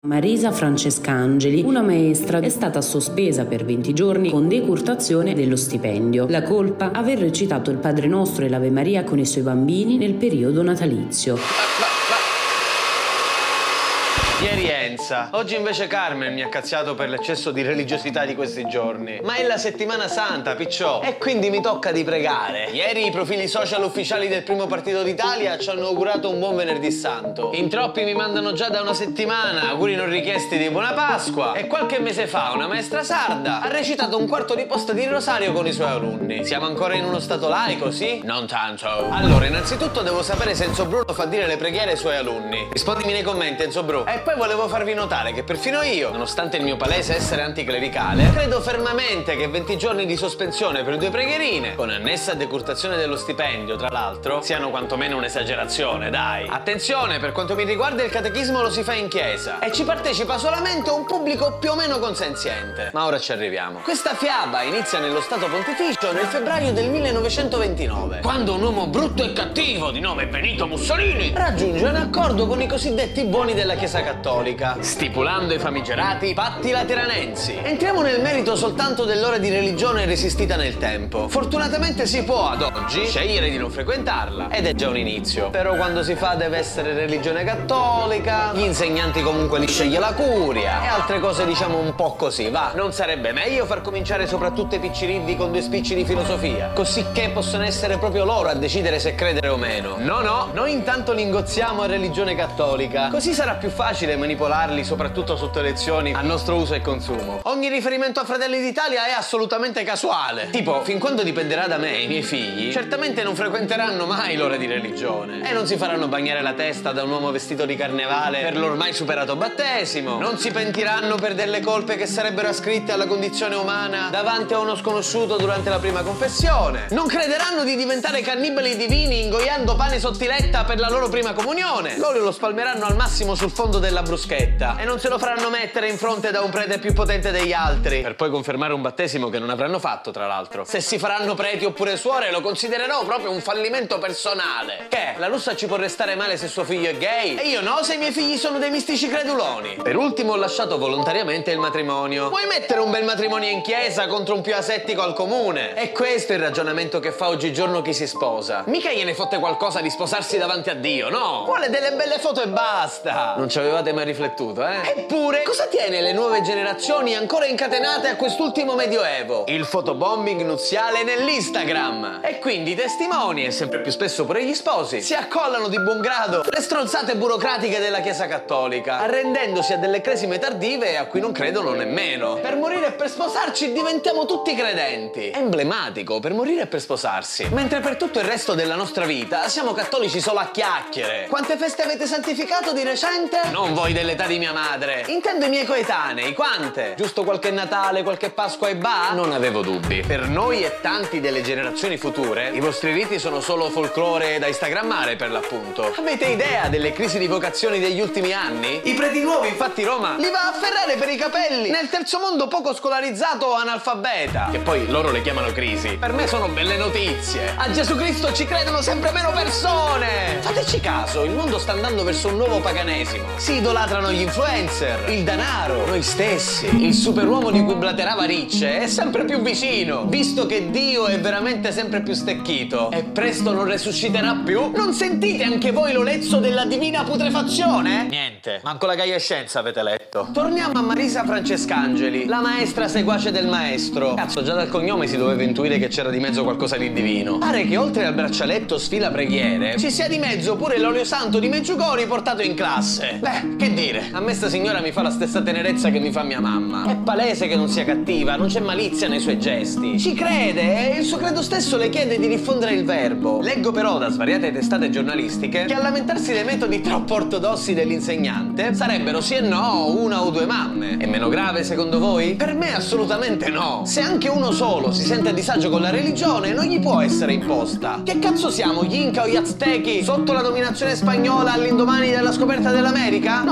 Marisa Francescangeli, una maestra, è stata sospesa per 20 giorni con decurtazione dello stipendio. La colpa? Aver recitato il Padre Nostro e l'Ave Maria con i suoi bambini nel periodo natalizio. Ieri Enza, oggi invece Carmen mi ha cazziato per l'eccesso di religiosità di questi giorni. Ma è la settimana santa, picciò, e quindi mi tocca di pregare. Ieri i profili social ufficiali del Primo Partito d'Italia ci hanno augurato un buon venerdì santo. In troppi mi mandano già da una settimana auguri non richiesti di buona Pasqua. E qualche mese fa una maestra sarda ha recitato un quarto di posta di rosario con i suoi alunni. Siamo ancora in uno stato laico, sì? Non tanto. Allora, innanzitutto devo sapere se Enzo Bruno fa dire le preghiere ai suoi alunni. Rispondimi nei commenti, Enzo Bru. E poi volevo farvi notare che perfino io, nonostante il mio palese essere anticlericale, credo fermamente che 20 giorni di sospensione per 2 preghierine, con annessa decurtazione dello stipendio, tra l'altro, siano quantomeno un'esagerazione, dai. Attenzione, per quanto mi riguarda il catechismo lo si fa in chiesa e ci partecipa solamente un pubblico più o meno consenziente. Ma ora ci arriviamo. Questa fiaba inizia nello Stato Pontificio nel febbraio del 1929, quando un uomo brutto e cattivo di nome Benito Mussolini raggiunge un accordo con i cosiddetti buoni della Chiesa Cattolica, stipulando i famigerati patti lateranensi. Entriamo nel merito soltanto dell'ora di religione resistita nel tempo. Fortunatamente si può ad oggi scegliere di non frequentarla ed è già un inizio. Però quando si fa deve essere religione cattolica, gli insegnanti comunque li sceglie la curia e altre cose diciamo un po' così, va. Non sarebbe meglio far cominciare soprattutto i picciriddi con 2 spicci di filosofia, così che possono essere proprio loro a decidere se credere o meno? No, noi intanto li ingozziamo a religione cattolica, così sarà più facile manipolarli, soprattutto sotto elezioni, a nostro uso e consumo. Ogni riferimento a Fratelli d'Italia è assolutamente casuale. Tipo, fin quando dipenderà da me, i miei figli certamente non frequenteranno mai l'ora di religione e non si faranno bagnare la testa da un uomo vestito di carnevale per l'ormai superato battesimo, non si pentiranno per delle colpe che sarebbero ascritte alla condizione umana davanti a uno sconosciuto durante la prima confessione, non crederanno di diventare cannibali divini ingoiando pane sottiletta per la loro prima comunione, loro lo spalmeranno al massimo sul fondo della bruschetta e non se lo faranno mettere in fronte da un prete più potente degli altri, per poi confermare un battesimo che non avranno fatto, tra l'altro. Se si faranno preti oppure suore lo considererò proprio un fallimento personale. Che? La russa ci può restare male se suo figlio è gay? E io no se i miei figli sono dei mistici creduloni. Per ultimo ho lasciato volontariamente il matrimonio. Vuoi mettere un bel matrimonio in chiesa contro un più asettico al comune? E questo è il ragionamento che fa oggigiorno chi si sposa. Mica gliene fotte qualcosa di sposarsi davanti a Dio, no? Vuole delle belle foto e basta. Non ci avevate mai riflettuto, eh? Eppure, cosa tiene le nuove generazioni ancora incatenate a quest'ultimo medioevo? Il fotobombing nuziale nell'Instagram. E quindi i testimoni, e sempre più spesso pure gli sposi, si accollano di buon grado le stronzate burocratiche della Chiesa Cattolica, arrendendosi a delle cresime tardive a cui non credono nemmeno. Per morire e per sposarci diventiamo tutti credenti. È emblematico, per morire e per sposarsi. Mentre per tutto il resto della nostra vita siamo cattolici solo a chiacchiere. Quante feste avete santificato di recente? Non voi dell'età di mia madre. Intendo i miei coetanei, quante? Giusto qualche Natale, qualche Pasqua e bah? Non avevo dubbi. Per noi e tanti delle generazioni future, i vostri riti sono solo folklore da instagrammare, per l'appunto. Avete idea delle crisi di vocazioni degli ultimi anni? I preti nuovi, infatti Roma, li va a afferrare per i capelli nel terzo mondo poco scolarizzato o analfabeta. Che poi loro le chiamano crisi. Per me sono belle notizie. A Gesù Cristo ci credono sempre meno persone. Fateci caso, il mondo sta andando verso un nuovo paganesimo. Si idolatrano gli influencer, il denaro, noi stessi. Il superuomo di cui blaterava Ricce è sempre più vicino, visto che Dio è veramente sempre più stecchito e presto non resusciterà più. Non sentite anche voi l'olezzo della divina putrefazione? Niente, manco la Gaia Scienza avete letto. Torniamo a Marisa Francescangeli, la maestra seguace del maestro. Cazzo, già dal cognome si doveva intuire che c'era di mezzo qualcosa di divino. Pare che oltre al braccialetto sfila preghiere ci sia di mezzo pure l'olio santo di Meggiugori portato in classe. Beh, che dire, a me sta signora mi fa la stessa tenerezza che mi fa mia mamma. È palese che non sia cattiva, non c'è malizia nei suoi gesti. Ci crede e il suo credo stesso le chiede di diffondere il verbo. Leggo però da svariate testate giornalistiche che a lamentarsi dei metodi troppo ortodossi dell'insegnante sarebbero sì e no una o due mamme. È meno grave secondo voi? Per me assolutamente no. Se anche uno solo si sente a disagio con la religione non gli può essere imposta. Che cazzo siamo, gli Inca o gli Aztechi sotto la dominazione spagnola all'indomani della scoperta dell'America? Non mi pare.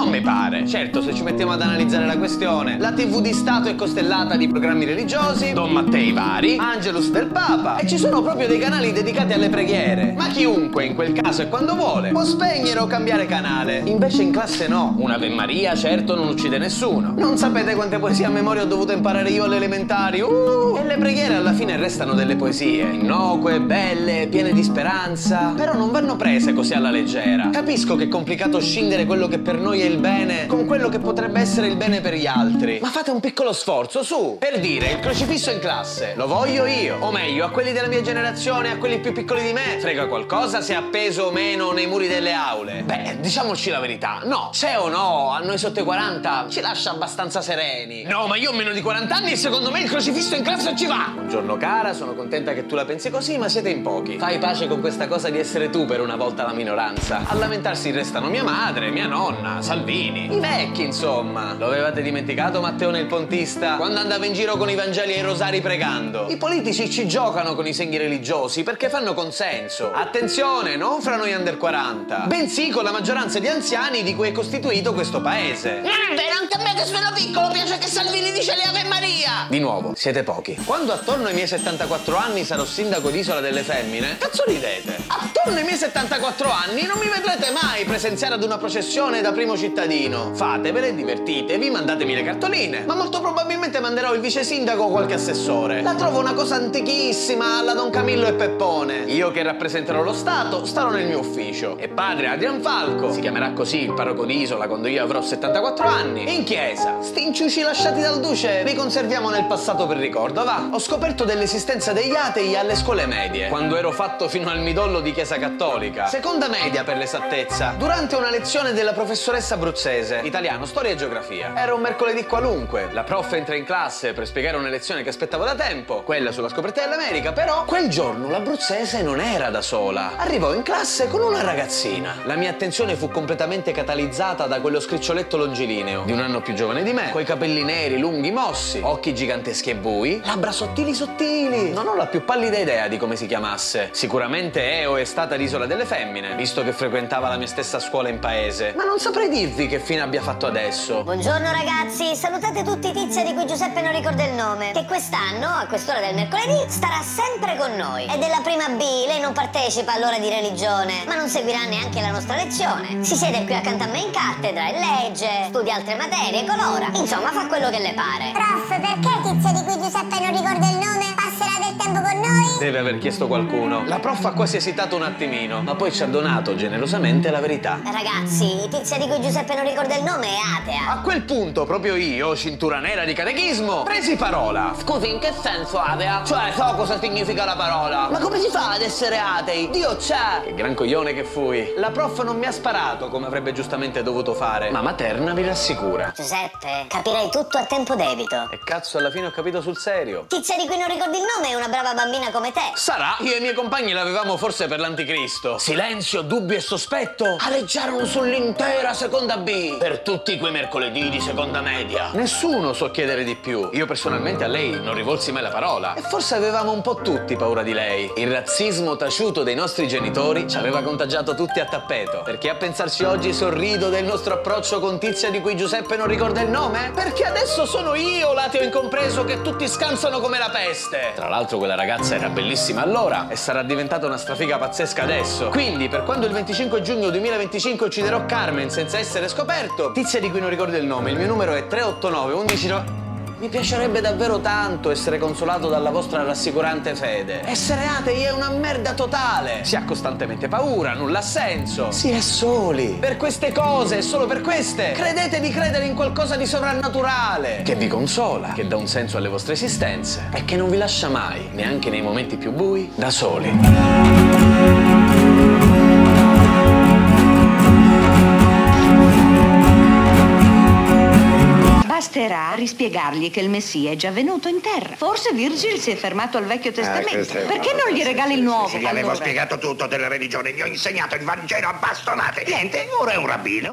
fare. Certo, se ci mettiamo ad analizzare la questione, la TV di Stato è costellata di programmi religiosi, Don Mattei vari, Angelus del Papa, e ci sono proprio dei canali dedicati alle preghiere. Ma chiunque, in quel caso e quando vuole, può spegnere o cambiare canale. Invece in classe no. Una Ave Maria, certo, non uccide nessuno. Non sapete quante poesie a memoria ho dovuto imparare io alle elementari? E le preghiere alla fine restano delle poesie, innocue, belle, piene di speranza, però non vanno prese così alla leggera. Capisco che è complicato scindere quello che per noi è il bene con quello che potrebbe essere il bene per gli altri, ma fate un piccolo sforzo, su. Per dire, il crocifisso in classe lo voglio io, o meglio, a quelli della mia generazione, a quelli più piccoli di me frega qualcosa se è appeso o meno nei muri delle aule? Beh, diciamoci la verità, no. Se o no, a noi sotto i 40 ci lascia abbastanza sereni. No, ma io ho meno di 40 anni e secondo me il crocifisso in classe ci va. Buongiorno cara, sono contenta che tu la pensi così, ma siete in pochi. Fai pace con questa cosa di essere tu per una volta la minoranza. A lamentarsi restano mia madre, mia nonna, Salvini, i vecchi insomma. Lo avevate dimenticato Matteone il Pontista? Quando andava in giro con i Vangeli e i rosari pregando. I politici ci giocano con i segni religiosi perché fanno consenso. Attenzione, non fra noi under 40, bensì con la maggioranza di anziani di cui è costituito questo paese. Beh, anche a me che sono piccolo piace che Salvini dice le Ave Maria. Di nuovo, siete pochi. Quando attorno ai miei 74 anni sarò sindaco di Isola delle Femmine, cazzo ridete? Attorno ai miei 74 anni non mi vedrete mai presenziare ad una processione da primo cittadino. Fatevele, divertitevi, mandatemi le cartoline. Ma molto probabilmente manderò il vice sindaco o qualche assessore. La trovo una cosa antichissima alla Don Camillo e Peppone. Io che rappresenterò lo Stato starò nel mio ufficio. E padre Adrian Falco, si chiamerà così il parroco di Isola quando io avrò 74 anni. In chiesa, sti inciuci lasciati dal duce li conserviamo nel passato per ricordo, va. Ho scoperto dell'esistenza degli atei alle scuole medie, quando ero fatto fino al midollo di chiesa cattolica. Seconda media per l'esattezza, durante una lezione della professoressa abruzzese, italiano, storia e geografia. Era un mercoledì qualunque, la prof entra in classe per spiegare una lezione che aspettavo da tempo, quella sulla scoperta dell'America, però quel giorno l'abruzzese non era da sola. Arrivò in classe con una ragazzina. La mia attenzione fu completamente catalizzata da quello scriccioletto longilineo, di un anno più giovane di me, coi capelli neri, lunghi, mossi, occhi giganteschi e bui, labbra sottili sottili. Non ho la più pallida idea di come si chiamasse. Sicuramente è o è stata l'Isola delle Femmine, visto che frequentava la mia stessa scuola in paese. Ma non saprei dirvi che fine abbia fatto adesso. Buongiorno ragazzi, salutate tutti Tizia di cui Giuseppe non ricorda il nome, che quest'anno, a quest'ora del mercoledì, starà sempre con noi. È della prima B, lei non partecipa all'ora di religione, ma non seguirà neanche la nostra lezione. Si siede qui accanto a me in cattedra e legge, studia altre materie, colora. Insomma, fa quello che le pare. Prof, perché Tizia di cui Giuseppe non ricorda il nome passerà del tempo con noi? Deve aver chiesto qualcuno. La prof ha quasi esitato un attimino, ma poi ci ha donato generosamente la verità. Ragazzi, Tizia di cui Giuseppe non ricorda il nome è atea. A quel punto, proprio io, cintura nera di catechismo, presi parola. Scusi, in che senso atea? Cioè, so cosa significa la parola. Ma come si fa ad essere atei? Dio c'è! Che gran coglione che fui. La prof non mi ha sparato come avrebbe giustamente dovuto fare, ma materna vi rassicura. Giuseppe, capirai tutto a tempo debito. E cazzo, alla fine ho capito sul serio. Tizia di cui non ricordi il nome è una brava bambina come te. Sarà, io e i miei compagni l'avevamo forse per l'anticristo. Silenzio, dubbio e sospetto aleggiarono sull'intera seconda B per tutti quei mercoledì di seconda media. Nessuno so chiedere di più. Io personalmente a lei non rivolsi mai la parola. E forse avevamo un po' tutti paura di lei. Il razzismo taciuto dei nostri genitori ci aveva contagiato tutti a tappeto. Perché a pensarci oggi sorrido del nostro approccio con Tizia di cui Giuseppe non ricorda il nome? Perché adesso sono io l'ateo incompreso che tutti scansano come la peste. Tra l'altro quella ragazza era bellissima allora e sarà diventata una strafiga pazzesca adesso. Quindi per quando il 25 giugno 2025 ucciderò Carmen senza essere scoperto, Tizia di cui non ricordo il nome, il mio numero è 389 11. Mi piacerebbe davvero tanto essere consolato dalla vostra rassicurante fede. Essere atei è una merda totale. Si ha costantemente paura, nulla ha senso. Si è soli. Per queste cose, solo per queste, credete di credere in qualcosa di sovrannaturale, che vi consola, che dà un senso alle vostre esistenze e che non vi lascia mai, neanche nei momenti più bui, da soli. Basterà rispiegargli che il Messia è già venuto in terra. Forse Virgil si è fermato al Vecchio Testamento. Perché non gli regali il nuovo? Sì, gli avevo allora? spiegato tutto della religione, gli ho insegnato il Vangelo a bastonate. Niente, ora è un rabbino.